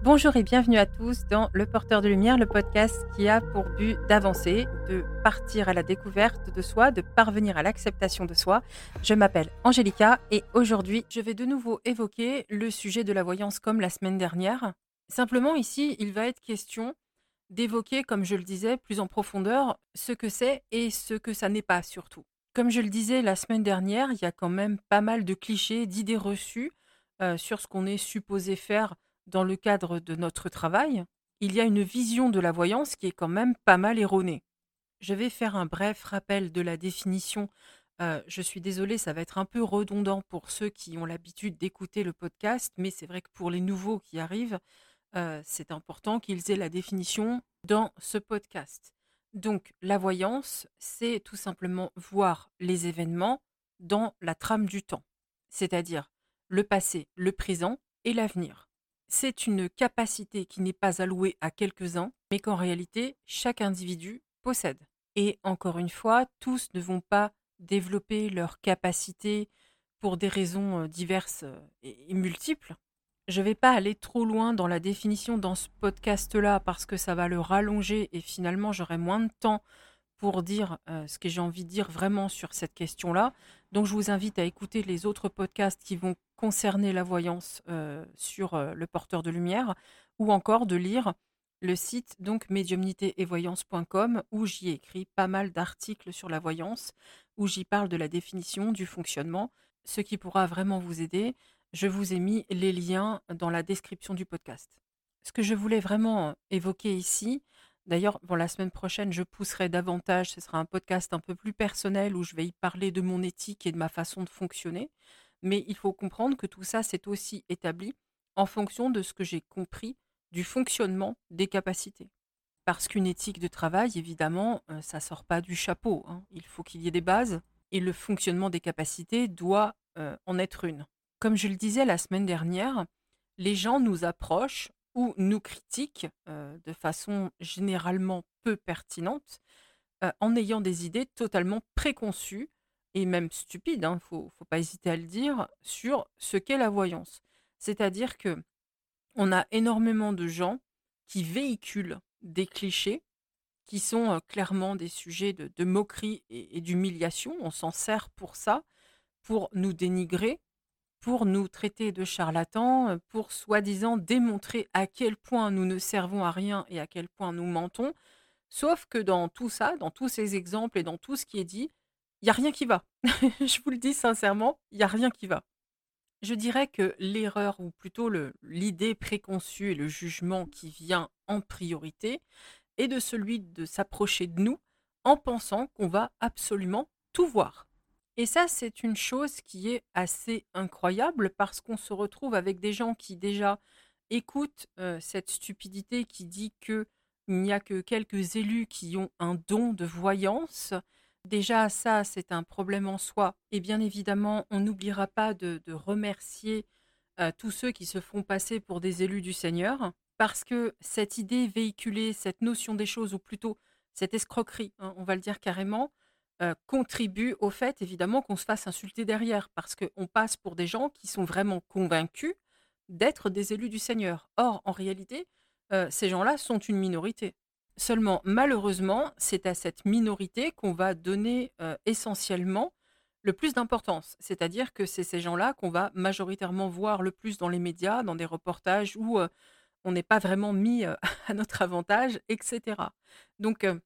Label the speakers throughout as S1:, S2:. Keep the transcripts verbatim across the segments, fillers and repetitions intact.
S1: Bonjour et bienvenue à tous dans Le Porteur de Lumière, le podcast qui a pour but d'avancer, de partir à la découverte de soi, de parvenir à l'acceptation de soi. Je m'appelle Angélica et aujourd'hui, je vais de nouveau évoquer le sujet de la voyance comme la semaine dernière. Simplement ici, il va être question d'évoquer, comme je le disais, plus en profondeur ce que c'est et ce que ça n'est pas surtout. Comme je le disais la semaine dernière, il y a quand même pas mal de clichés, d'idées reçues euh, sur ce qu'on est supposé faire dans le cadre de notre travail. Il y a une vision de la voyance qui est quand même pas mal erronée. Je vais faire un bref rappel de la définition. Euh, je suis désolée, ça va être un peu redondant pour ceux qui ont l'habitude d'écouter le podcast, mais c'est vrai que pour les nouveaux qui arrivent, euh, c'est important qu'ils aient la définition dans ce podcast. Donc, la voyance, c'est tout simplement voir les événements dans la trame du temps, c'est-à-dire le passé, le présent et l'avenir. C'est une capacité qui n'est pas allouée à quelques-uns, mais qu'en réalité, chaque individu possède. Et encore une fois, tous ne vont pas développer leur capacité pour des raisons euh, diverses euh, et et multiples. Je ne vais pas aller trop loin dans la définition dans ce podcast-là parce que ça va le rallonger et finalement j'aurai moins de temps pour dire euh, ce que j'ai envie de dire vraiment sur cette question-là. Donc je vous invite à écouter les autres podcasts qui vont concerner la voyance euh, sur euh, le porteur de lumière ou encore de lire le site donc médiumnité et voyance point com où j'y ai écrit pas mal d'articles sur la voyance, où j'y parle de la définition, du fonctionnement, ce qui pourra vraiment vous aider. Je vous ai mis les liens dans la description du podcast. Ce que je voulais vraiment évoquer ici, d'ailleurs, bon, la semaine prochaine, je pousserai davantage, ce sera un podcast un peu plus personnel où je vais y parler de mon éthique et de ma façon de fonctionner. Mais il faut comprendre que tout ça, c'est aussi établi en fonction de ce que j'ai compris du fonctionnement des capacités. Parce qu'une éthique de travail, évidemment, euh, ça sort pas du chapeau, hein. Il faut qu'il y ait des bases et le fonctionnement des capacités doit euh, en être une. Comme je le disais la semaine dernière, les gens nous approchent ou nous critiquent euh, de façon généralement peu pertinente euh, en ayant des idées totalement préconçues et même stupides, il ne faut, faut pas hésiter à le dire, sur ce qu'est la voyance. C'est-à-dire que on a énormément de gens qui véhiculent des clichés qui sont euh, clairement des sujets de, de moquerie et, et d'humiliation. On s'en sert pour ça, pour nous dénigrer, pour nous traiter de charlatans, euh, pour soi-disant démontrer à quel point nous ne servons à rien et à quel point nous mentons. Sauf que dans tout ça, dans tous ces exemples et dans tout ce qui est dit, il n'y a rien qui va. Je vous le dis sincèrement, il n'y a rien qui va. Je dirais que l'erreur, ou plutôt le- l'idée préconçue et le jugement qui vient en priorité, est de celui de s'approcher de nous en pensant qu'on va absolument tout voir. Et ça, c'est une chose qui est assez incroyable parce qu'on se retrouve avec des gens qui déjà écoutent euh, cette stupidité qui dit que il n'y a que quelques élus qui ont un don de voyance. Déjà, ça, c'est un problème en soi. Et bien évidemment, on n'oubliera pas de, de remercier euh, tous ceux qui se font passer pour des élus du Seigneur, parce que cette idée véhiculée, cette notion des choses, ou plutôt cette escroquerie, hein, on va le dire carrément, euh, contribue au fait, évidemment, qu'on se fasse insulter derrière, parce qu'on passe pour des gens qui sont vraiment convaincus d'être des élus du Seigneur. Or, en réalité, euh, ces gens-là sont une minorité. Seulement, malheureusement, c'est à cette minorité qu'on va donner euh, essentiellement le plus d'importance. C'est-à-dire que c'est ces gens-là qu'on va majoritairement voir le plus dans les médias, dans des reportages où euh, on n'est pas vraiment mis euh, à notre avantage, et cetera. Donc, euh,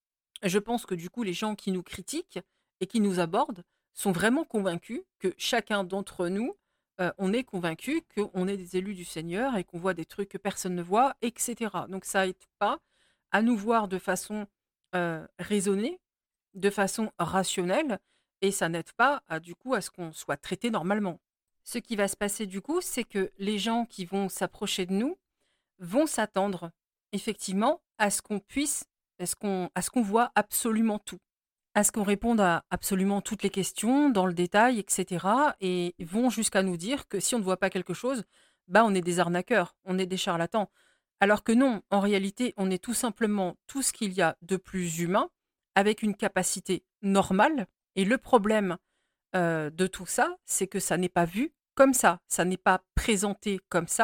S1: je pense que du coup, les gens qui nous critiquent et qui nous abordent sont vraiment convaincus que chacun d'entre nous, euh, on est convaincu qu'on est des élus du Seigneur et qu'on voit des trucs que personne ne voit, et cetera. Donc ça aide pas à nous voir de façon euh, raisonnée, de façon rationnelle, et ça n'aide pas à, du coup à ce qu'on soit traité normalement. Ce qui va se passer du coup, c'est que les gens qui vont s'approcher de nous vont s'attendre effectivement à ce qu'on puisse, à ce qu'on, à ce qu'on voit absolument tout, à ce qu'on réponde à absolument toutes les questions dans le détail, et cetera. Et vont jusqu'à nous dire que si on ne voit pas quelque chose, bah on est des arnaqueurs, on est des charlatans. Alors que non, en réalité, on est tout simplement tout ce qu'il y a de plus humain, avec une capacité normale. Et le problème euh, de tout ça, c'est que ça n'est pas vu comme ça, ça n'est pas présenté comme ça,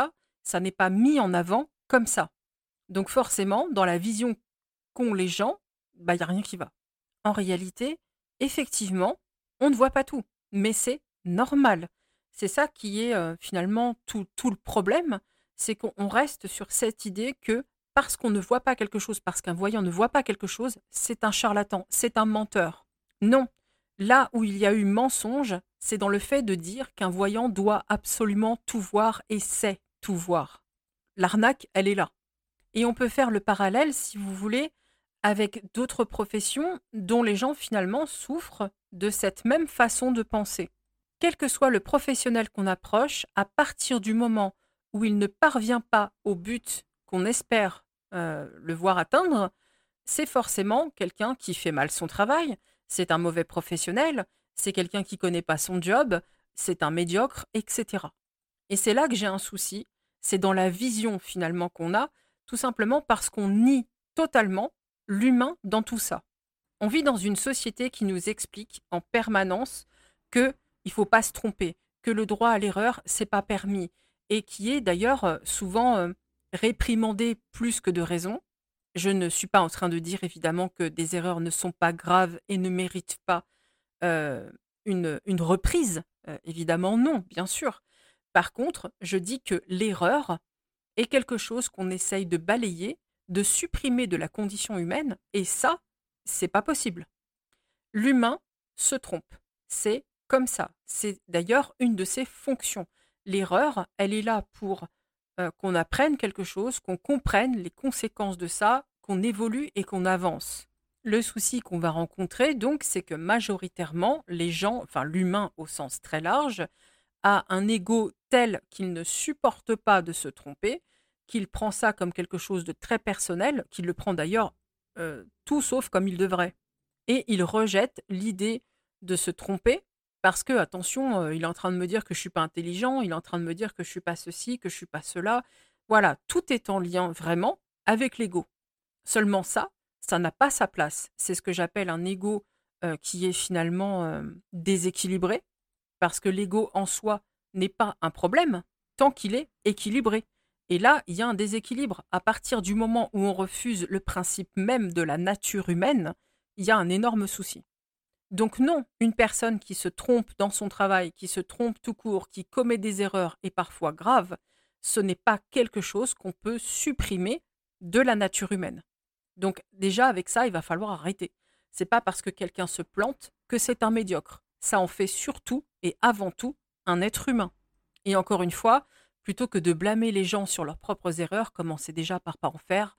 S1: ça n'est pas mis en avant comme ça. Donc forcément, dans la vision qu'ont les gens, bah, il y a rien qui va. En réalité, effectivement, on ne voit pas tout, mais c'est normal. C'est ça qui est, heu, finalement tout tout le problème, c'est qu'on on reste sur cette idée que parce qu'on ne voit pas quelque chose, parce qu'un voyant ne voit pas quelque chose, c'est un charlatan, c'est un menteur. Non, là où il y a eu mensonge, c'est dans le fait de dire qu'un voyant doit absolument tout voir et sait tout voir. L'arnaque, elle est là. Et on peut faire le parallèle, si vous voulez, avec d'autres professions dont les gens finalement souffrent de cette même façon de penser. Quel que soit le professionnel qu'on approche, à partir du moment où il ne parvient pas au but qu'on espère euh, le voir atteindre, c'est forcément quelqu'un qui fait mal son travail, c'est un mauvais professionnel, c'est quelqu'un qui connaît pas son job, c'est un médiocre, et cetera. Et c'est là que j'ai un souci, c'est dans la vision finalement qu'on a, tout simplement parce qu'on nie totalement l'humain dans tout ça. On vit dans une société qui nous explique en permanence que il faut pas se tromper, que le droit à l'erreur, c'est pas permis, et qui est d'ailleurs euh, souvent euh, réprimandé plus que de raison. Je ne suis pas en train de dire évidemment que des erreurs ne sont pas graves et ne méritent pas euh, une, une reprise. Euh, évidemment non, bien sûr. Par contre, je dis que l'erreur est quelque chose qu'on essaye de balayer, de supprimer de la condition humaine, et ça, c'est pas possible. L'humain se trompe. C'est comme ça. C'est d'ailleurs une de ses fonctions. L'erreur, elle est là pour euh, qu'on apprenne quelque chose, qu'on comprenne les conséquences de ça, qu'on évolue et qu'on avance. Le souci qu'on va rencontrer, donc, c'est que majoritairement, les gens, enfin l'humain au sens très large, a un ego tel qu'il ne supporte pas de se tromper, qu'il prend ça comme quelque chose de très personnel, qu'il le prend d'ailleurs euh, tout sauf comme il devrait. Et il rejette l'idée de se tromper parce que, attention, euh, il est en train de me dire que je suis pas intelligent, il est en train de me dire que je suis pas ceci, que je suis pas cela. Voilà, tout est en lien vraiment avec l'ego. Seulement ça, ça n'a pas sa place. C'est ce que j'appelle un ego euh, qui est finalement euh, déséquilibré, parce que l'ego en soi n'est pas un problème tant qu'il est équilibré. Et là, il y a un déséquilibre. À partir du moment où on refuse le principe même de la nature humaine, il y a un énorme souci. Donc non, une personne qui se trompe dans son travail, qui se trompe tout court, qui commet des erreurs et parfois graves, ce n'est pas quelque chose qu'on peut supprimer de la nature humaine. Donc déjà avec ça, il va falloir arrêter. C'est pas parce que quelqu'un se plante que c'est un médiocre. Ça en fait surtout et avant tout un être humain. Et encore une fois, plutôt que de blâmer les gens sur leurs propres erreurs, commencez déjà par pas en faire.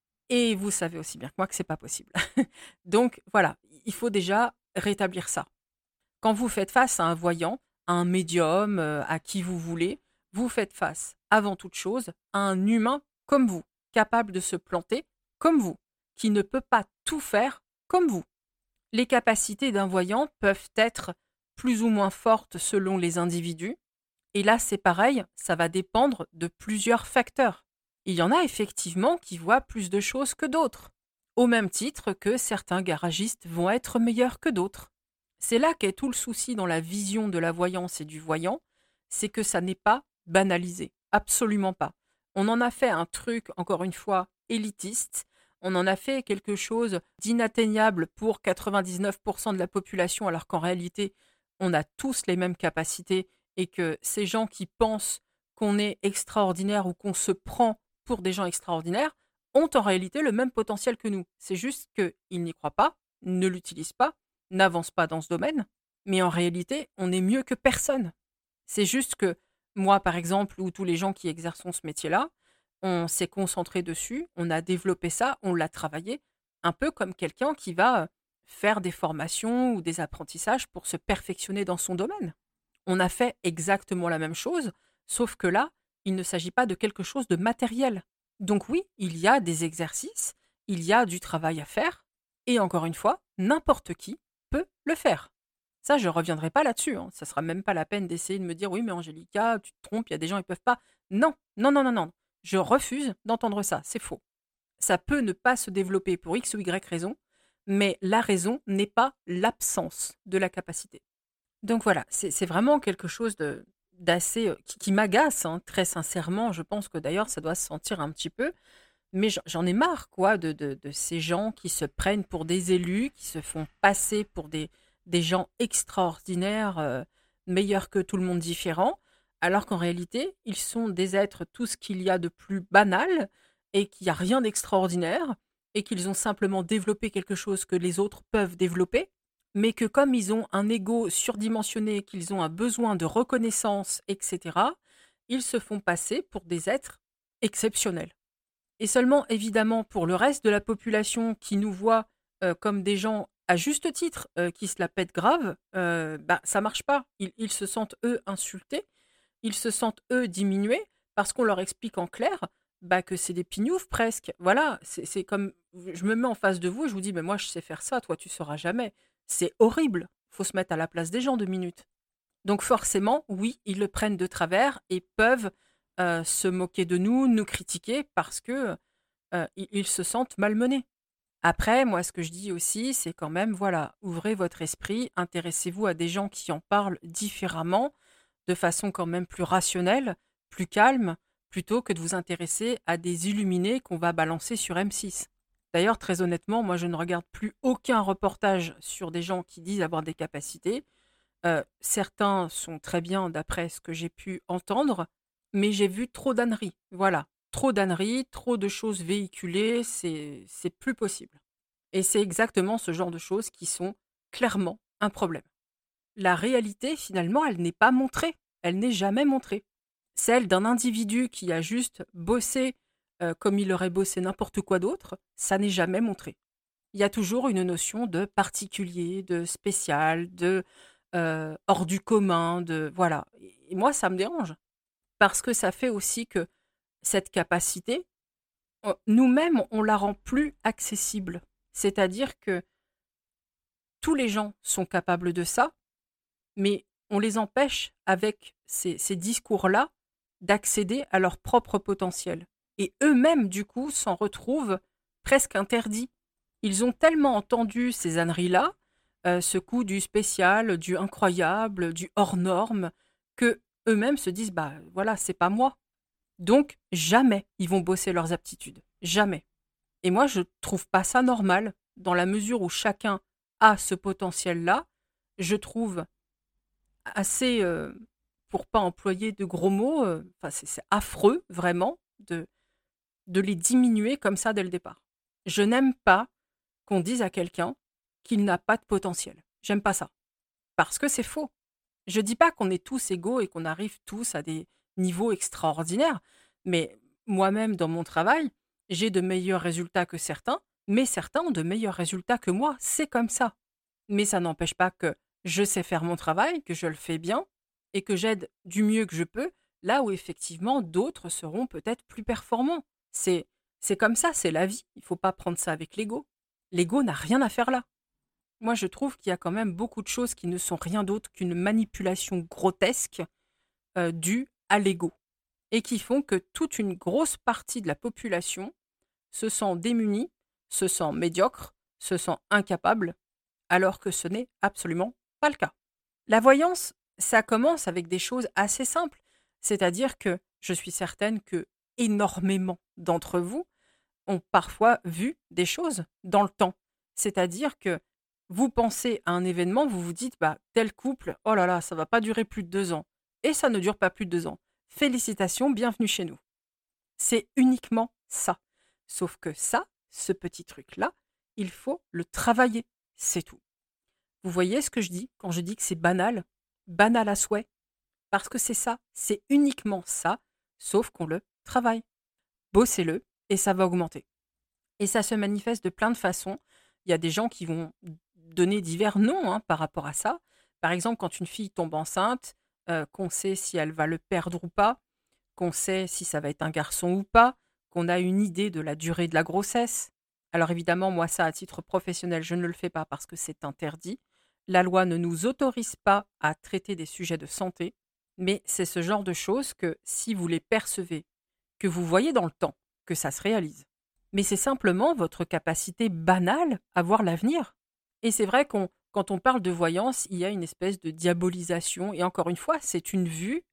S1: Et vous savez aussi bien que moi que c'est pas possible. Donc voilà, il faut déjà rétablir ça. Quand vous faites face à un voyant, à un médium, euh, à qui vous voulez, vous faites face, avant toute chose, à un humain comme vous, capable de se planter comme vous, qui ne peut pas tout faire comme vous. Les capacités d'un voyant peuvent être plus ou moins fortes selon les individus, et là c'est pareil, ça va dépendre de plusieurs facteurs. Il y en a effectivement qui voient plus de choses que d'autres, au même titre que certains garagistes vont être meilleurs que d'autres. C'est là qu'est tout le souci dans la vision de la voyance et du voyant, c'est que ça n'est pas banalisé, absolument pas. On en a fait un truc, encore une fois, élitiste, on en a fait quelque chose d'inatteignable pour quatre-vingt-dix-neuf pour cent de la population, alors qu'en réalité, on a tous les mêmes capacités et que ces gens qui pensent qu'on est extraordinaire ou qu'on se prend pour des gens extraordinaires ont en réalité le même potentiel que nous. C'est juste qu'ils n'y croient pas, ne l'utilisent pas, n'avancent pas dans ce domaine, mais en réalité, on est mieux que personne. C'est juste que moi, par exemple, ou tous les gens qui exercent ce métier-là, on s'est concentré dessus, on a développé ça, on l'a travaillé, un peu comme quelqu'un qui va faire des formations ou des apprentissages pour se perfectionner dans son domaine. On a fait exactement la même chose, sauf que là, il ne s'agit pas de quelque chose de matériel. Donc oui, il y a des exercices, il y a du travail à faire, et encore une fois, n'importe qui peut le faire. Ça, je ne reviendrai pas là-dessus. Hein. Ça ne sera même pas la peine d'essayer de me dire oui, mais Angélica, tu te trompes, il y a des gens qui ne peuvent pas. Non, non, non, non, non. Je refuse d'entendre ça. C'est faux. Ça peut ne pas se développer pour X ou Y raison, mais la raison n'est pas l'absence de la capacité. Donc voilà, c'est c'est vraiment quelque chose de, d'assez, heu, qui qui m'agace, hein, très sincèrement. Je pense que d'ailleurs ça doit se sentir un petit peu, mais j'en j'en ai marre quoi de de de ces gens qui se prennent pour des élus, qui se font passer pour des des gens extraordinaires, heu, meilleurs que tout le monde différents, alors qu'en réalité, ils sont des êtres tout ce qu'il y a de plus banal et qu'il y a rien d'extraordinaire et qu'ils ont simplement développé quelque chose que les autres peuvent développer, mais que comme ils ont un ego surdimensionné, qu'ils ont un besoin de reconnaissance et cetera, ils se font passer pour des êtres exceptionnels. Et seulement, évidemment, pour le reste de la population qui nous voit, heu, comme des gens, à juste titre, heu, qui se la pètent grave, heu, bah, ça marche pas. Ils ils se sentent, eux, insultés, ils se sentent, eux, diminués parce qu'on leur explique en clair, bah, que c'est des pignoufs presque. Voilà, c'est c'est comme je me mets en face de vous et je vous dis: «Mais moi, je sais faire ça, toi, tu sauras jamais». C'est horrible. Faut se mettre à la place des gens deux minutes. Donc forcément, oui, ils le prennent de travers et peuvent, heu, se moquer de nous, nous critiquer parce que, heu, ils ils se sentent malmenés. Après, moi, ce que je dis aussi, c'est quand même, voilà, ouvrez votre esprit, intéressez-vous à des gens qui en parlent différemment, de façon quand même plus rationnelle, plus calme, plutôt que de vous intéresser à des illuminés qu'on va balancer sur M six. D'ailleurs, très honnêtement, moi, je ne regarde plus aucun reportage sur des gens qui disent avoir des capacités. Heu, certains sont très bien d'après ce que j'ai pu entendre, mais j'ai vu trop d'âneries. Voilà, trop d'âneries, trop de choses véhiculées, c'est c'est plus possible. Et c'est exactement ce genre de choses qui sont clairement un problème. La réalité, finalement, elle n'est pas montrée, elle n'est jamais montrée. Celle d'un individu qui a juste bossé, heu, comme il aurait bossé n'importe quoi d'autre, ça n'est jamais montré. Il y a toujours une notion de particulier, de spécial, de, heu, hors du commun, de voilà et moi ça me dérange parce que ça fait aussi que cette capacité, on nous-mêmes, on la rend plus accessible. C'est-à-dire que tous les gens sont capables de ça, mais on les empêche avec ces ces discours-là d'accéder à leur propre potentiel et eux-mêmes, du coup, s'en retrouvent presque interdits. Ils ont tellement entendu ces âneries-là, heu, ce coup du spécial, du incroyable, du hors norme, que eux mêmes se disent: «Bah, voilà, c'est pas moi». Donc jamais ils vont bosser leurs aptitudes, jamais. Et moi, je trouve pas ça normal, dans la mesure où chacun a ce potentiel-là. Je trouve assez, heu, pour pas employer de gros mots, heu, enfin, c'est c'est affreux vraiment de de les diminuer comme ça dès le départ. Je n'aime pas qu'on dise à quelqu'un qu'il n'a pas de potentiel. J'aime pas ça, parce que c'est faux. Je dis pas qu'on est tous égaux et qu'on arrive tous à des niveaux extraordinaires, mais moi-même dans mon travail, j'ai de meilleurs résultats que certains, mais certains ont de meilleurs résultats que moi, c'est comme ça. Mais ça n'empêche pas que je sais faire mon travail, que je le fais bien et que j'aide du mieux que je peux, là où effectivement d'autres seront peut-être plus performants. C'est c'est comme ça, c'est la vie. Il faut pas prendre ça avec l'ego. L'ego n'a rien à faire là. Moi, je trouve qu'il y a quand même beaucoup de choses qui ne sont rien d'autre qu'une manipulation grotesque, heu, due à l'ego et qui font que toute une grosse partie de la population se sent démunie, se sent médiocre, se sent incapable, alors que ce n'est absolument pas le cas. La voyance, ça commence avec des choses assez simples, c'est-à-dire que je suis certaine que énormément d'entre vous ont parfois vu des choses dans le temps. C'est-à-dire que vous pensez à un événement, vous vous dites, bah, tel couple, oh là là, ça va pas durer plus de deux ans. Et ça ne dure pas plus de deux ans. Félicitations, bienvenue chez nous. C'est uniquement ça. Sauf que ça, ce petit truc-là, il faut le travailler. C'est tout. Vous voyez ce que je dis quand je dis que c'est banal? Banal à souhait. Parce que c'est ça. C'est uniquement ça, sauf qu'on le travaille. Bossez-le et ça va augmenter. Et ça se manifeste de plein de façons. Il y a des gens qui vont donner divers noms hein, par rapport à ça. Par exemple, quand une fille tombe enceinte, euh, qu'on sait si elle va le perdre ou pas, qu'on sait si ça va être un garçon ou pas, qu'on a une idée de la durée de la grossesse. Alors évidemment, moi, ça, à titre professionnel, je ne le fais pas parce que c'est interdit. La loi ne nous autorise pas à traiter des sujets de santé, mais c'est ce genre de choses que si vous les percevez, que vous voyez dans le temps, que ça se réalise. Mais c'est simplement votre capacité banale à voir l'avenir. Et c'est vrai qu'on, quand on parle de voyance, il y a une espèce de diabolisation. Et encore une fois, c'est une vue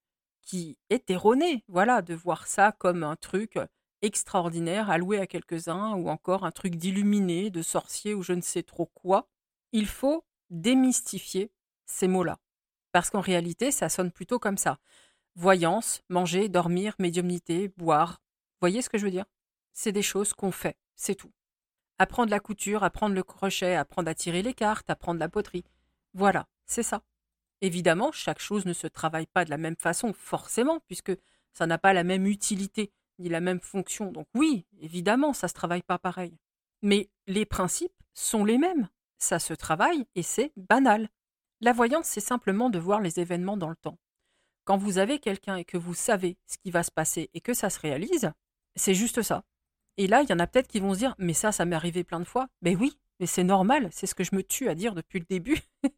S1: qui est erroné, voilà, de voir ça comme un truc extraordinaire alloué à quelques-uns ou encore un truc d'illuminé, de sorcier ou je ne sais trop quoi. Il faut démystifier ces mots-là. Parce qu'en réalité, ça sonne plutôt comme ça. Voyance, manger, dormir, médiumnité, boire. Vous voyez ce que je veux dire? C'est des choses qu'on fait, c'est tout. Apprendre la couture, apprendre le crochet, apprendre à tirer les cartes, apprendre la poterie. Voilà, c'est ça. Évidemment, chaque chose ne se travaille pas de la même façon, forcément, puisque ça n'a pas la même utilité ni la même fonction. Donc oui, évidemment, ça ne se travaille pas pareil. Mais les principes sont les mêmes. Ça se travaille et c'est banal. La voyance, c'est simplement de voir les événements dans le temps. Quand vous avez quelqu'un et que vous savez ce qui va se passer et que ça se réalise, c'est juste ça. Et là, il y en a peut-être qui vont se dire « mais ça, ça m'est arrivé plein de fois ». Mais oui, mais c'est normal, c'est ce que je me tue à dire depuis le début.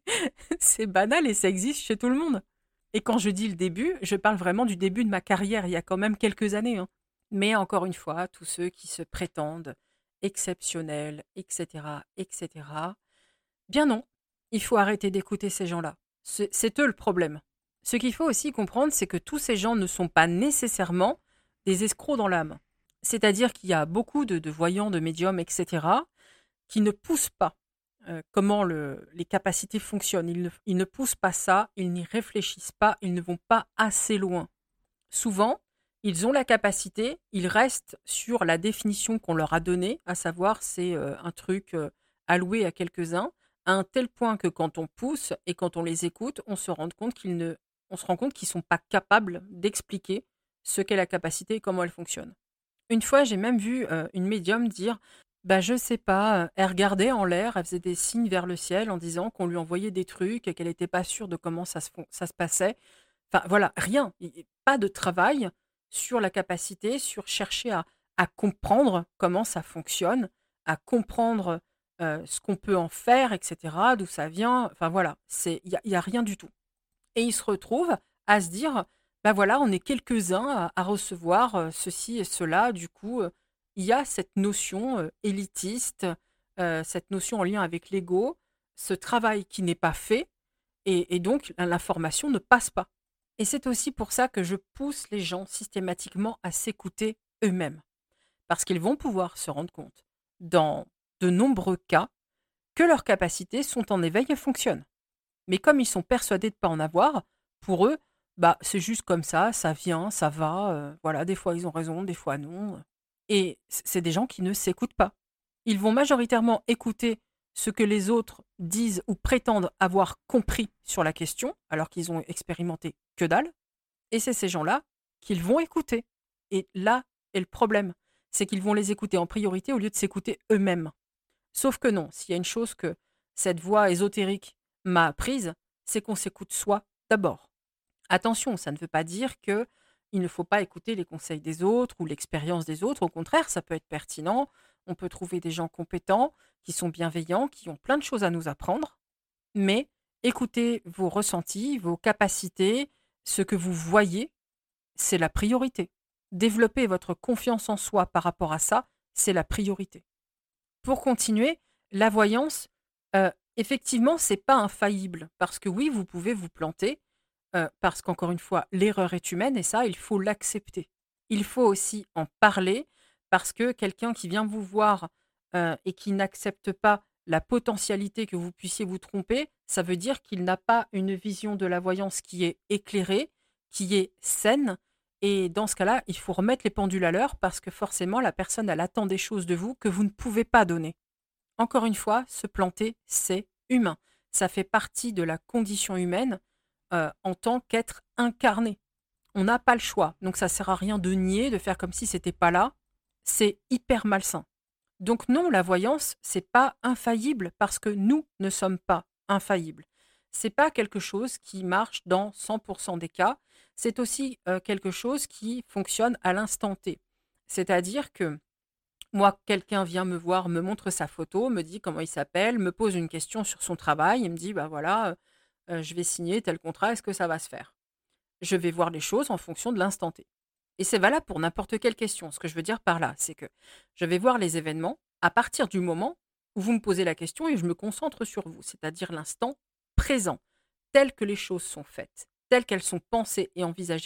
S1: C'est banal et ça existe chez tout le monde. Et quand je dis le début, je parle vraiment du début de ma carrière, il y a quand même quelques années. Hein. Mais encore une fois, tous ceux qui se prétendent exceptionnels, et cetera, et cetera, bien non, il faut arrêter d'écouter ces gens-là. C'est, c'est eux le problème. Ce qu'il faut aussi comprendre, c'est que tous ces gens ne sont pas nécessairement des escrocs dans l'âme. C'est-à-dire qu'il y a beaucoup de, de voyants, de médiums, et cetera, qui ne poussent pas euh, comment le, les capacités fonctionnent. Ils ne, ils ne poussent pas ça, ils n'y réfléchissent pas, ils ne vont pas assez loin. Souvent, ils ont la capacité, ils restent sur la définition qu'on leur a donnée, à savoir c'est euh, un truc euh, alloué à quelques-uns, à un tel point que quand on pousse et quand on les écoute, on se rend compte qu'ils ne, on se rend compte qu'ils sont pas capables d'expliquer ce qu'est la capacité et comment elle fonctionne. Une fois, j'ai même vu euh, une médium dire bah, je sais pas, euh, elle regardait en l'air, elle faisait des signes vers le ciel en disant qu'on lui envoyait des trucs et qu'elle n'était pas sûre de comment ça se, fon- ça se passait. Enfin, voilà, rien. Il- il- Pas de travail sur la capacité, sur chercher à, à comprendre comment ça fonctionne, à comprendre euh, ce qu'on peut en faire, et cetera, d'où ça vient. Enfin, voilà, c'est, il n'y a, il y a rien du tout. Et ils se retrouvent à se dire, bah voilà, on est quelques-uns à, à recevoir euh, ceci et cela. Du coup, euh, il y a cette notion euh, élitiste, euh, cette notion en lien avec l'ego, ce travail qui n'est pas fait, et, et donc l'information ne passe pas. Et c'est aussi pour ça que je pousse les gens systématiquement à s'écouter eux-mêmes. Parce qu'ils vont pouvoir se rendre compte, dans de nombreux cas, que leurs capacités sont en éveil et fonctionnent. Mais comme ils sont persuadés de ne pas en avoir, pour eux, bah, c'est juste comme ça, ça vient, ça va. Euh, voilà, des fois ils ont raison, des fois non. Et c- c'est des gens qui ne s'écoutent pas. Ils vont majoritairement écouter ce que les autres disent ou prétendent avoir compris sur la question, alors qu'ils ont expérimenté que dalle. Et c'est ces gens-là qu'ils vont écouter. Et là est le problème. C'est qu'ils vont les écouter en priorité au lieu de s'écouter eux-mêmes. Sauf que non, s'il y a une chose que cette voix ésotérique m'a apprise, c'est qu'on s'écoute soi d'abord. Attention, ça ne veut pas dire que il ne faut pas écouter les conseils des autres ou l'expérience des autres. Au contraire, ça peut être pertinent. On peut trouver des gens compétents, qui sont bienveillants, qui ont plein de choses à nous apprendre. Mais écoutez vos ressentis, vos capacités, ce que vous voyez, c'est la priorité. Développer votre confiance en soi par rapport à ça, c'est la priorité. Pour continuer, la voyance, heu, effectivement, c'est pas infaillible parce que oui, vous pouvez vous planter, heu, parce qu'encore une fois, l'erreur est humaine et ça, il faut l'accepter. Il faut aussi en parler parce que quelqu'un qui vient vous voir, heu, et qui n'accepte pas la potentialité que vous puissiez vous tromper, ça veut dire qu'il n'a pas une vision de la voyance qui est éclairée, qui est saine et dans ce cas-là, il faut remettre les pendules à l'heure parce que forcément la personne, elle attend des choses de vous que vous ne pouvez pas donner. Encore une fois, se planter, c'est humain. Ça fait partie de la condition humaine euh, en tant qu'être incarné. On n'a pas le choix. Donc ça sert à rien de nier, de faire comme si c'était pas là. C'est hyper malsain. Donc non, la voyance, c'est pas infaillible parce que nous ne sommes pas infaillibles. C'est pas quelque chose qui marche dans cent pour cent des cas. C'est aussi euh, quelque chose qui fonctionne à l'instant T. C'est-à-dire que moi, quelqu'un vient me voir, me montre sa photo, me dit comment il s'appelle, me pose une question sur son travail et me dit, bah voilà, euh, euh, je vais signer tel contrat, est-ce que ça va se faire? Je vais voir les choses en fonction de l'instant T. Et c'est valable pour n'importe quelle question. Ce que je veux dire par là, c'est que je vais voir les événements à partir du moment où vous me posez la question et je me concentre sur vous, c'est-à-dire l'instant présent, tel que les choses sont faites, telles qu'elles sont pensées et envisagées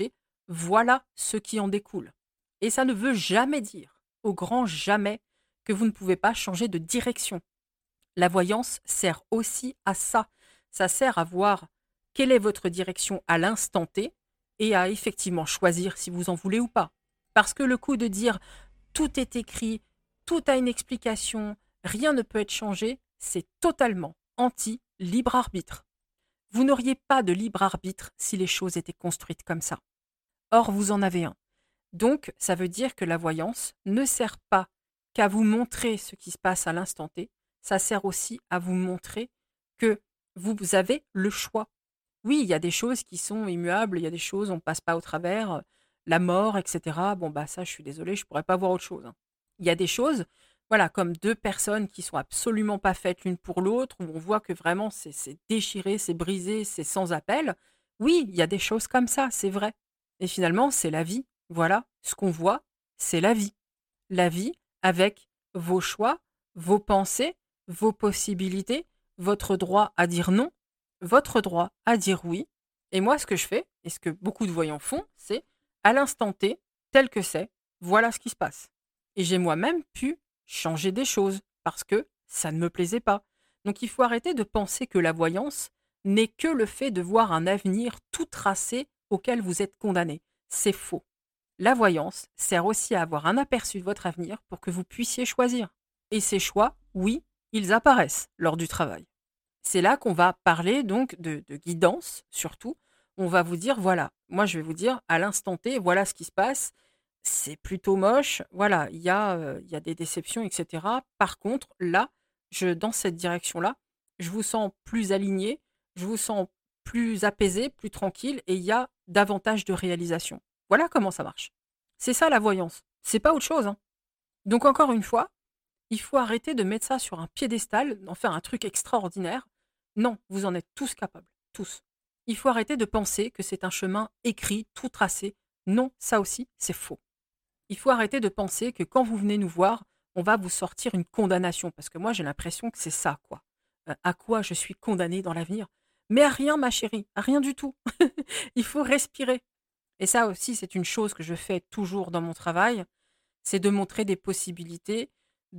S1: voilà ce qui en découle. Et ça ne veut jamais dire, au grand jamais, que vous ne pouvez pas changer de direction. La voyance sert aussi à ça. Ça sert à voir quelle est votre direction à l'instant T et à effectivement choisir si vous en voulez ou pas. Parce que le coup de dire tout est écrit, tout a une explication, rien ne peut être changé, c'est totalement anti-libre arbitre. Vous n'auriez pas de libre arbitre si les choses étaient construites comme ça. Or, vous en avez un. Donc, ça veut dire que la voyance ne sert pas qu'à vous montrer ce qui se passe à l'instant T, ça sert aussi à vous montrer que vous avez le choix. Oui, il y a des choses qui sont immuables, il y a des choses, on ne passe pas au travers, euh, la mort, et cetera. Bon, bah ça, je suis désolée, je ne pourrais pas voir autre chose, hein. Il y a des choses, voilà, comme deux personnes qui sont absolument pas faites l'une pour l'autre, où on voit que vraiment c'est c'est déchiré, c'est brisé, c'est sans appel. Oui, il y a des choses comme ça, c'est vrai. Et finalement, c'est la vie. Voilà, ce qu'on voit, c'est la vie. La vie avec vos choix, vos pensées, vos possibilités, votre droit à dire non, votre droit à dire oui. Et moi, ce que je fais, et ce que beaucoup de voyants font, c'est à l'instant T, tel que c'est, voilà ce qui se passe. Et j'ai moi-même pu changer des choses parce que ça ne me plaisait pas. Donc il faut arrêter de penser que la voyance n'est que le fait de voir un avenir tout tracé auquel vous êtes condamné. C'est faux. La voyance sert aussi à avoir un aperçu de votre avenir pour que vous puissiez choisir. Et ces choix, oui, ils apparaissent lors du travail. C'est là qu'on va parler donc de, de guidance, surtout. On va vous dire, voilà, moi je vais vous dire, à l'instant T, voilà ce qui se passe. C'est plutôt moche. Voilà, il y a, euh, il y a des déceptions, et cetera. Par contre, là, je, dans cette direction-là, je vous sens plus aligné, je vous sens plus apaisé, plus tranquille, et il y a davantage de réalisation. Voilà comment ça marche. C'est ça la voyance. C'est pas autre chose, hein. Donc encore une fois, il faut arrêter de mettre ça sur un piédestal, d'en faire un truc extraordinaire. Non, vous en êtes tous capables, tous. Il faut arrêter de penser que c'est un chemin écrit, tout tracé. Non, ça aussi, c'est faux. Il faut arrêter de penser que quand vous venez nous voir, on va vous sortir une condamnation, parce que moi j'ai l'impression que c'est ça, quoi. Euh, à quoi je suis condamnée dans l'avenir? Mais à rien, ma chérie, à rien du tout. Il faut respirer. Et ça aussi, c'est une chose que je fais toujours dans mon travail, c'est de montrer des possibilités,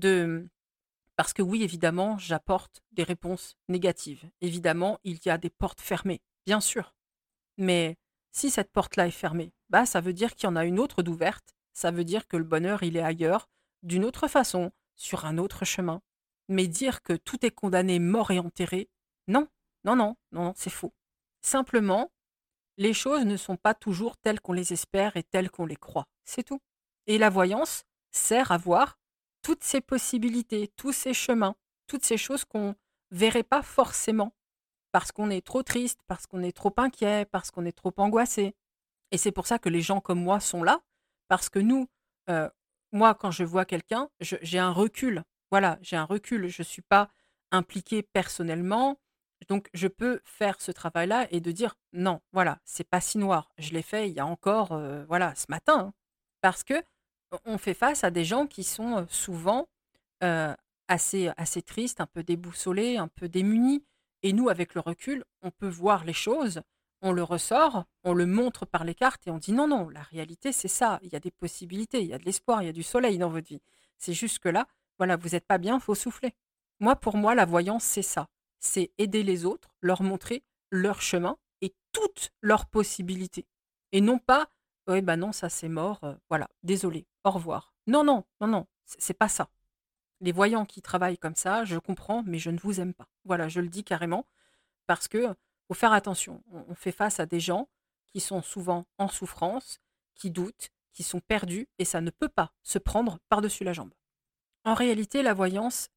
S1: de parce que oui, évidemment, j'apporte des réponses négatives. Évidemment, il y a des portes fermées, bien sûr. Mais si cette porte-là est fermée, bah ça veut dire qu'il y en a une autre d'ouverte. Ça veut dire que le bonheur, il est ailleurs, d'une autre façon, sur un autre chemin. Mais dire que tout est condamné, mort et enterré, non, non, non, non, non, c'est faux. Simplement, les choses ne sont pas toujours telles qu'on les espère et telles qu'on les croit. C'est tout. Et la voyance sert à voir toutes ces possibilités, tous ces chemins, toutes ces choses qu'on verrait pas forcément parce qu'on est trop triste, parce qu'on est trop inquiet, parce qu'on est trop angoissé. Et c'est pour ça que les gens comme moi sont là, parce que nous, euh, moi, quand je vois quelqu'un, je- j'ai un recul. Voilà, j'ai un recul. Je ne suis pas impliquée personnellement. Donc, je peux faire ce travail-là et de dire non, voilà, c'est pas si noir. Je l'ai fait il y a encore, euh, voilà, ce matin. Hein. Parce que on fait face à des gens qui sont euh, souvent euh, assez, assez tristes, un peu déboussolés, un peu démunis. Et nous, avec le recul, on peut voir les choses, on le ressort, on le montre par les cartes et on dit non, non, la réalité, c'est ça. Il y a des possibilités, il y a de l'espoir, il y a du soleil dans votre vie. C'est juste que là, voilà, vous n'êtes pas bien, faut souffler. Moi, pour moi, la voyance, c'est ça. C'est aider les autres, leur montrer leur chemin et toutes leurs possibilités. Et non pas, oui, bah non, ça c'est mort, euh, voilà, désolé, au revoir. Non, non, non, non, c'est c'est pas ça. Les voyants qui travaillent comme ça, je comprends, mais je ne vous aime pas. Voilà, je le dis carrément, parce que faut faire attention. On, on fait face à des gens qui sont souvent en souffrance, qui doutent, qui sont perdus, et ça ne peut pas se prendre par-dessus la jambe. En réalité, la voyance,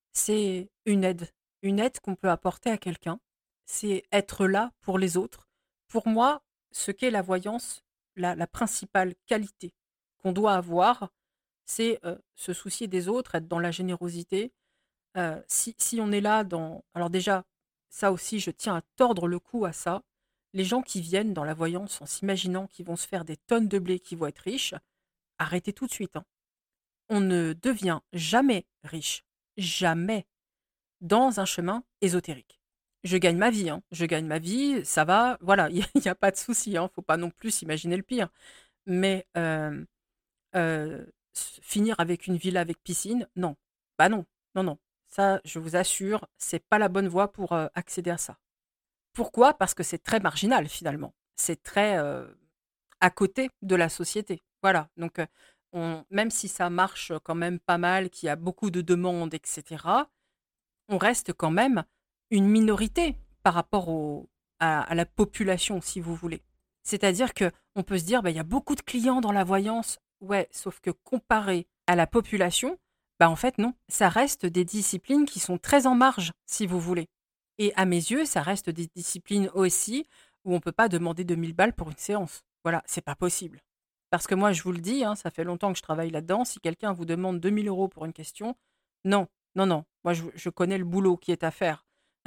S1: c'est une aide, une aide qu'on peut apporter à quelqu'un. C'est être là pour les autres. Pour moi, ce qu'est la voyance, la, la principale qualité qu'on doit avoir, c'est euh, se soucier des autres, être dans la générosité. Euh, si, si on est là dans... Alors déjà, ça aussi, je tiens à tordre le cou à ça. Les gens qui viennent dans la voyance en s'imaginant qu'ils vont se faire des tonnes de blé, qu'ils vont être riches, arrêtez tout de suite. Hein. On ne devient jamais riche. Jamais dans un chemin ésotérique. Je gagne ma vie, hein. Je gagne ma vie, ça va, voilà, il y a il y a pas de souci, hein. Faut pas non plus s'imaginer le pire. Mais, hem, heu, s finir avec une villa avec piscine, non. Bah, non, non, non. Ça, je vous assure, c'est pas la bonne voie pour, heu, accéder à ça. Pourquoi? Parce que c'est très marginal finalement. C'est très, heu, à côté de la société. Voilà, donc, heu, on même si ça marche quand même pas mal, qu'il y a beaucoup de demandes et cetera, on reste quand même une minorité par rapport au à à la population, si vous voulez. C'est-à-dire qu'on peut se dire: «Bah, il y a beaucoup de clients dans la voyance». Ouais, sauf que comparé à la population, bah, en fait non. Ça reste des disciplines qui sont très en marge, si vous voulez. Et à mes yeux, ça reste des disciplines aussi où on ne peut pas demander deux mille balles pour une séance. Voilà, c'est pas possible. Parce que moi, je vous le dis, hein, ça fait longtemps que je travaille là-dedans, si quelqu'un vous demande deux mille euros pour une question, non, non, non. Moi, je je connais le boulot qui est à faire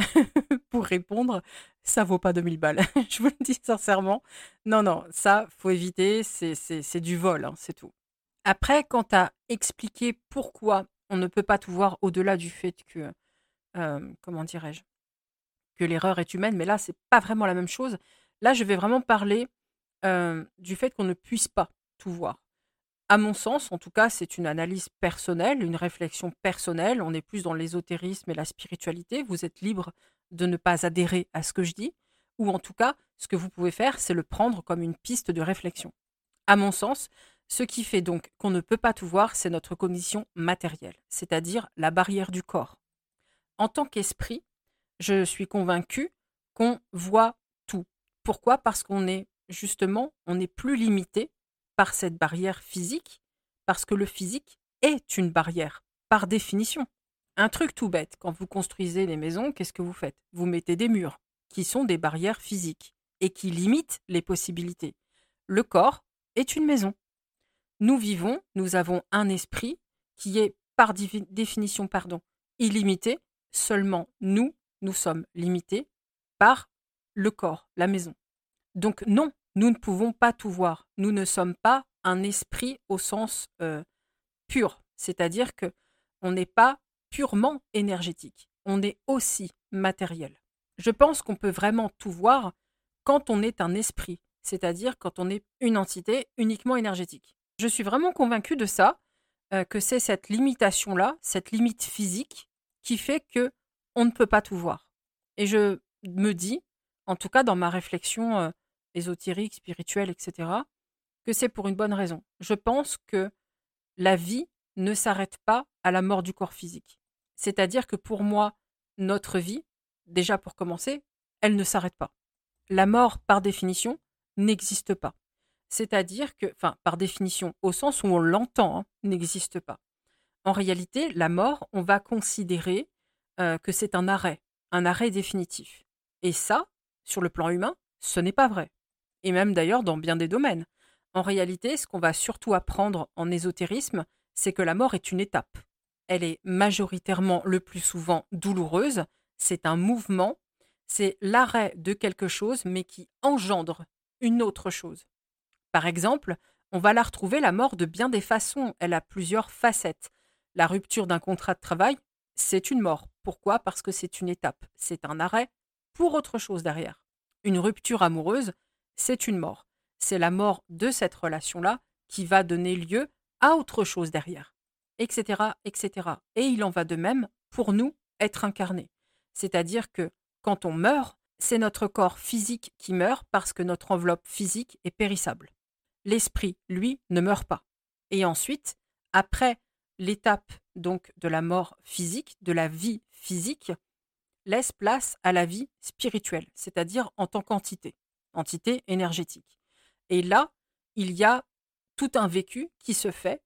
S1: pour répondre, ça vaut pas deux mille balles. Je vous le dis sincèrement. Non, non, ça, faut éviter, c'est c'est c'est du vol, hein, c'est tout. Après, quant à expliquer pourquoi on ne peut pas tout voir au-delà du fait que, hem, comment dirais-je? Que l'erreur est humaine, mais là, c'est pas vraiment la même chose. Là, je vais vraiment parler, heu, du fait qu'on ne puisse pas tout voir. À mon sens, en tout cas, c'est une analyse personnelle, une réflexion personnelle. On est plus dans l'ésotérisme et la spiritualité. Vous êtes libre de ne pas adhérer à ce que je dis, ou en tout cas, ce que vous pouvez faire, c'est le prendre comme une piste de réflexion. À mon sens, ce qui fait donc qu'on ne peut pas tout voir, c'est notre condition matérielle, c'est-à-dire la barrière du corps. En tant qu'esprit, je suis convaincue qu'on voit tout. Pourquoi? Parce qu'on est justement, on n'est plus limité par cette barrière physique, parce que le physique est une barrière, par définition. Un truc tout bête, quand vous construisez les maisons, qu'est-ce que vous faites? Vous mettez des murs, qui sont des barrières physiques, et qui limitent les possibilités. Le corps est une maison. Nous vivons, nous avons un esprit qui est par divi- définition pardon, illimité. Seulement nous, nous sommes limités par le corps, la maison. Donc non, nous ne pouvons pas tout voir. Nous ne sommes pas un esprit au sens euh, pur, c'est-à-dire que on n'est pas purement énergétique. On est aussi matériel. Je pense qu'on peut vraiment tout voir quand on est un esprit, c'est-à-dire quand on est une entité uniquement énergétique. Je suis vraiment convaincue de ça, euh, que c'est cette limitation-là, cette limite physique, qui fait que on ne peut pas tout voir. Et je me dis, en tout cas dans ma réflexion euh, ésotérique, spirituelle, et cetera, que c'est pour une bonne raison. Je pense que la vie ne s'arrête pas à la mort du corps physique. C'est-à-dire que pour moi, notre vie, déjà pour commencer, elle ne s'arrête pas. La mort, par définition, n'existe pas. C'est-à-dire que, enfin, par définition, au sens où on l'entend, hein, n'existe pas. En réalité, la mort, on va considérer euh, que c'est un arrêt, un arrêt définitif. Et ça, sur le plan humain, ce n'est pas vrai. Et même d'ailleurs dans bien des domaines. En réalité, ce qu'on va surtout apprendre en ésotérisme, c'est que la mort est une étape. Elle est majoritairement le plus souvent douloureuse, c'est un mouvement, c'est l'arrêt de quelque chose mais qui engendre une autre chose. Par exemple, on va la retrouver la mort de bien des façons, elle a plusieurs facettes. La rupture d'un contrat de travail, c'est une mort. Pourquoi? Parce que c'est une étape, c'est un arrêt pour autre chose derrière. Une rupture amoureuse, c'est une mort. C'est la mort de cette relation-là qui va donner lieu à autre chose derrière, et cetera, et cetera. Et il en va de même pour nous, être incarnés. C'est-à-dire que quand on meurt, c'est notre corps physique qui meurt parce que notre enveloppe physique est périssable. L'esprit, lui, ne meurt pas. Et ensuite, après l'étape donc de la mort physique, de la vie physique, laisse place à la vie spirituelle, c'est-à-dire en tant qu'entité, entité énergétique. Et là, il y a tout un vécu qui se fait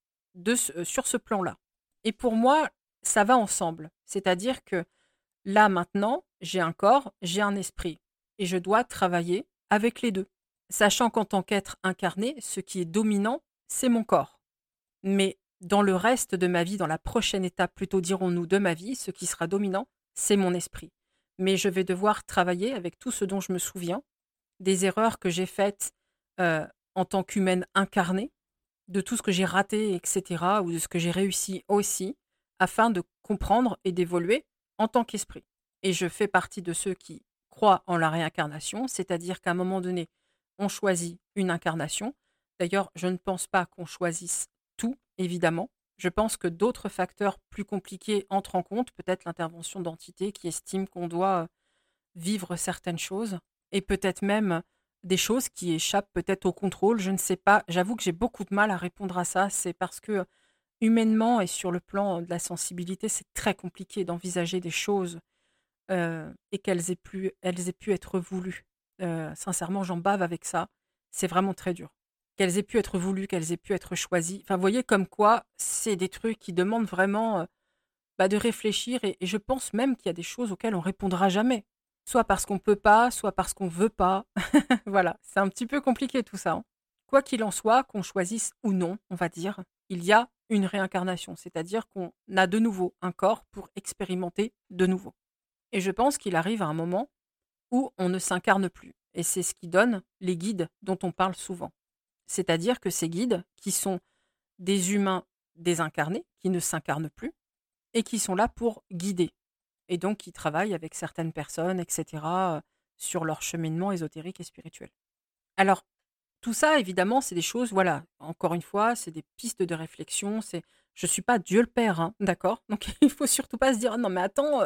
S1: de ce- euh, sur ce plan-là. Et pour moi, ça va ensemble. C'est-à-dire que là, maintenant, j'ai un corps, j'ai un esprit. Et je dois travailler avec les deux. Sachant qu'en tant qu'être incarné, ce qui est dominant, c'est mon corps. Mais dans le reste de ma vie, dans la prochaine étape, plutôt dirons-nous, de ma vie, ce qui sera dominant, c'est mon esprit. Mais je vais devoir travailler avec tout ce dont je me souviens, des erreurs que j'ai faites euh, en tant qu'humaine incarnée, de tout ce que j'ai raté, et cetera, ou de ce que j'ai réussi aussi, afin de comprendre et d'évoluer en tant qu'esprit. Et je fais partie de ceux qui croient en la réincarnation, c'est-à-dire qu'à un moment donné, on choisit une incarnation. D'ailleurs, je ne pense pas qu'on choisisse tout, évidemment. Je pense que d'autres facteurs plus compliqués entrent en compte, peut-être l'intervention d'entités qui estiment qu'on doit euh, vivre certaines choses, et peut-être même des choses qui échappent peut-être au contrôle, je ne sais pas. J'avoue que j'ai beaucoup de mal à répondre à ça, c'est parce que humainement et sur le plan de la sensibilité, c'est très compliqué d'envisager des choses heu et qu'elles aient pu elles aient pu être voulues. Heu, sincèrement, j'en bave avec ça. C'est vraiment très dur. Qu'elles aient pu être voulues, qu'elles aient pu être choisies. Enfin, vous voyez comme quoi c'est des trucs qui demandent vraiment, heu, bah, de réfléchir et et je pense même qu'il y a des choses auxquelles on répondra jamais. Soit parce qu'on peut pas, soit parce qu'on veut pas. Voilà, c'est un petit peu compliqué tout ça, hein. Quoi qu'il en soit, qu'on choisisse ou non, on va dire, il y a une réincarnation, c'est-à-dire qu'on a de nouveau un corps pour expérimenter de nouveau. Et je pense qu'il arrive à un moment où on ne s'incarne plus. Et c'est ce qui donne les guides dont on parle souvent. C'est-à-dire que ces guides, qui sont des humains désincarnés, qui ne s'incarnent plus, et qui sont là pour guider. Et donc qui travaillent avec certaines personnes, et cetera, euh, sur leur cheminement ésotérique et spirituel. Alors, tout ça, évidemment, c'est des choses, voilà, encore une fois, c'est des pistes de réflexion. C'est, je suis pas Dieu le Père, hein, d'accord. Donc, il faut surtout pas se dire, ah non, mais attends, euh,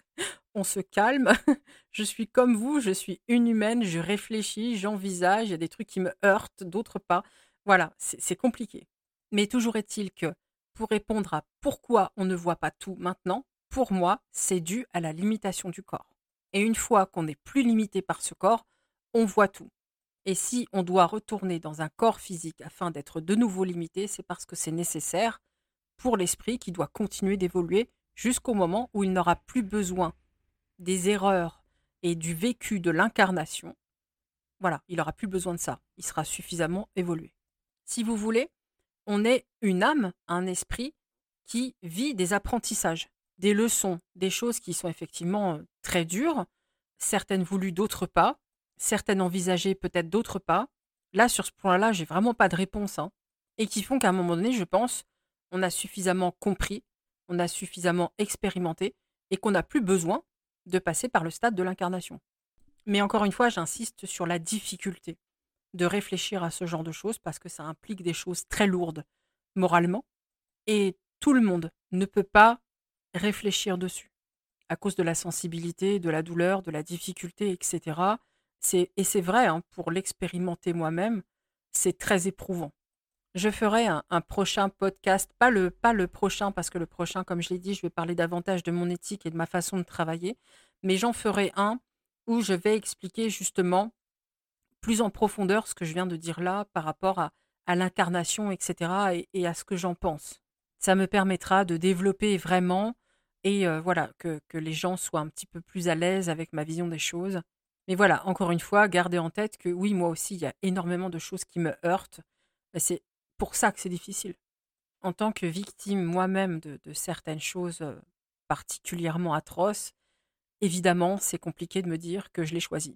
S1: on se calme. Je suis comme vous, je suis une humaine, je réfléchis, j'envisage, il y a des trucs qui me heurtent, d'autres pas. Voilà, c'est c'est compliqué. Mais toujours est-il que pour répondre à pourquoi on ne voit pas tout maintenant, pour moi, c'est dû à la limitation du corps. Et une fois qu'on n'est plus limité par ce corps, on voit tout. Et si on doit retourner dans un corps physique afin d'être de nouveau limité, c'est parce que c'est nécessaire pour l'esprit qui doit continuer d'évoluer jusqu'au moment où il n'aura plus besoin des erreurs et du vécu de l'incarnation. Voilà, il aura plus besoin de ça. Il sera suffisamment évolué. Si vous voulez, on est une âme, un esprit qui vit des apprentissages, des leçons, des choses qui sont effectivement euh, très dures, certaines voulues, d'autres pas, certaines envisagées, peut-être d'autres pas. Là, sur ce point-là, j'ai vraiment pas de réponse, hein. Et qui font qu'à un moment donné, je pense, on a suffisamment compris, on a suffisamment expérimenté et qu'on n'a plus besoin de passer par le stade de l'incarnation. Mais encore une fois, j'insiste sur la difficulté de réfléchir à ce genre de choses parce que ça implique des choses très lourdes moralement et tout le monde ne peut pas réfléchir dessus à cause de la sensibilité, de la douleur, de la difficulté, et cetera. C'est, et c'est vrai, hein, pour l'expérimenter moi-même, c'est très éprouvant. Je ferai un, un prochain podcast, pas le, pas le prochain, parce que le prochain, comme je l'ai dit, je vais parler davantage de mon éthique et de ma façon de travailler, mais j'en ferai un où je vais expliquer justement plus en profondeur ce que je viens de dire là par rapport à, à l'incarnation, et cetera, et, et à ce que j'en pense. Ça me permettra de développer vraiment et euh, voilà, que, que les gens soient un petit peu plus à l'aise avec ma vision des choses. Mais voilà, encore une fois, gardez en tête que oui, moi aussi, il y a énormément de choses qui me heurtent. Et c'est pour ça que c'est difficile. En tant que victime moi-même de, de certaines choses euh, particulièrement atroces, évidemment, c'est compliqué de me dire que je l'ai choisi.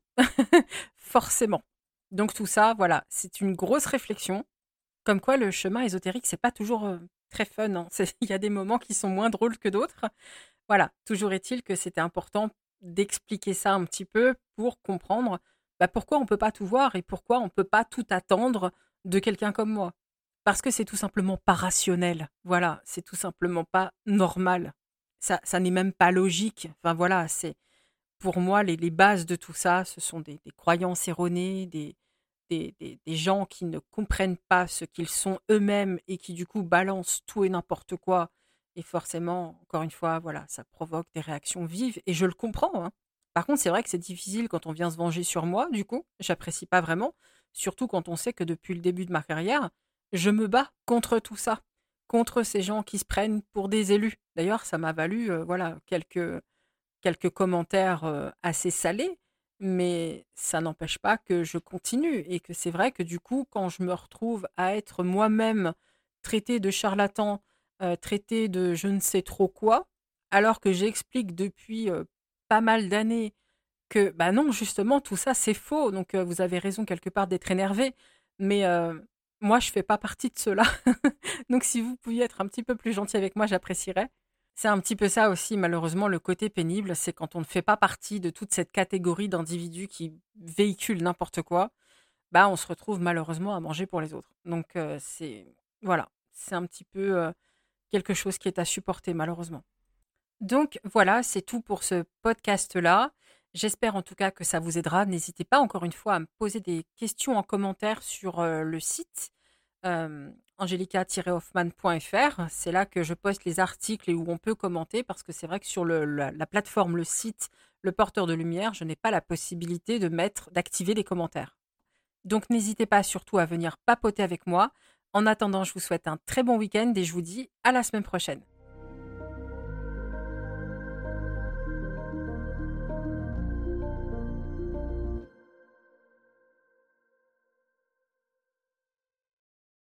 S1: Forcément. Donc tout ça, voilà, c'est une grosse réflexion. Comme quoi, le chemin ésotérique, c'est pas toujours euh, très fun, hein. C'est- Il y a des moments qui sont moins drôles que d'autres. Voilà, toujours est-il que c'était important d'expliquer ça un petit peu pour comprendre bah, pourquoi on peut pas tout voir et pourquoi on peut pas tout attendre de quelqu'un comme moi. Parce que c'est tout simplement pas rationnel. Voilà, c'est tout simplement pas normal. Ça, ça n'est même pas logique. Enfin voilà, c'est pour moi les, les bases de tout ça, ce sont des, des croyances erronées, des, des, des, des gens qui ne comprennent pas ce qu'ils sont eux-mêmes et qui du coup balancent tout et n'importe quoi. Et forcément, encore une fois, voilà, ça provoque des réactions vives et je le comprends, hein. Par contre, c'est vrai que c'est difficile quand on vient se venger sur moi, du coup, j'apprécie pas vraiment, surtout quand on sait que depuis le début de ma carrière, je me bats contre tout ça, contre ces gens qui se prennent pour des élus. D'ailleurs, ça m'a valu, euh, voilà, quelques, quelques commentaires euh, assez salés, mais ça n'empêche pas que je continue et que c'est vrai que du coup, quand je me retrouve à être moi-même traitée de charlatan, euh, traitée de je ne sais trop quoi, alors que j'explique depuis euh, pas mal d'années que, bah non, justement, tout ça, c'est faux. Donc, euh, vous avez raison quelque part d'être énervé, mais euh, moi, je fais pas partie de cela. Donc, si vous pouviez être un petit peu plus gentil avec moi, j'apprécierais. C'est un petit peu ça aussi, malheureusement, le côté pénible, c'est quand on ne fait pas partie de toute cette catégorie d'individus qui véhiculent n'importe quoi, bah, on se retrouve malheureusement à manger pour les autres. Donc heu, c'est voilà, c'est un petit peu, heu, quelque chose qui est à supporter malheureusement. Donc voilà, c'est tout pour ce podcast-là. J'espère en tout cas que ça vous aidera. N'hésitez pas encore une fois à me poser des questions en commentaire sur, heu, le site, hem, angelica hoffman point f r. C'est là que je poste les articles et où on peut commenter parce que c'est vrai que sur le la la plateforme, le site, Le Porteur de Lumière, je n'ai pas la possibilité de mettre d'activer les commentaires. Donc n'hésitez pas surtout à venir papoter avec moi. En attendant, je vous souhaite un très bon week-end et je vous dis à la semaine prochaine.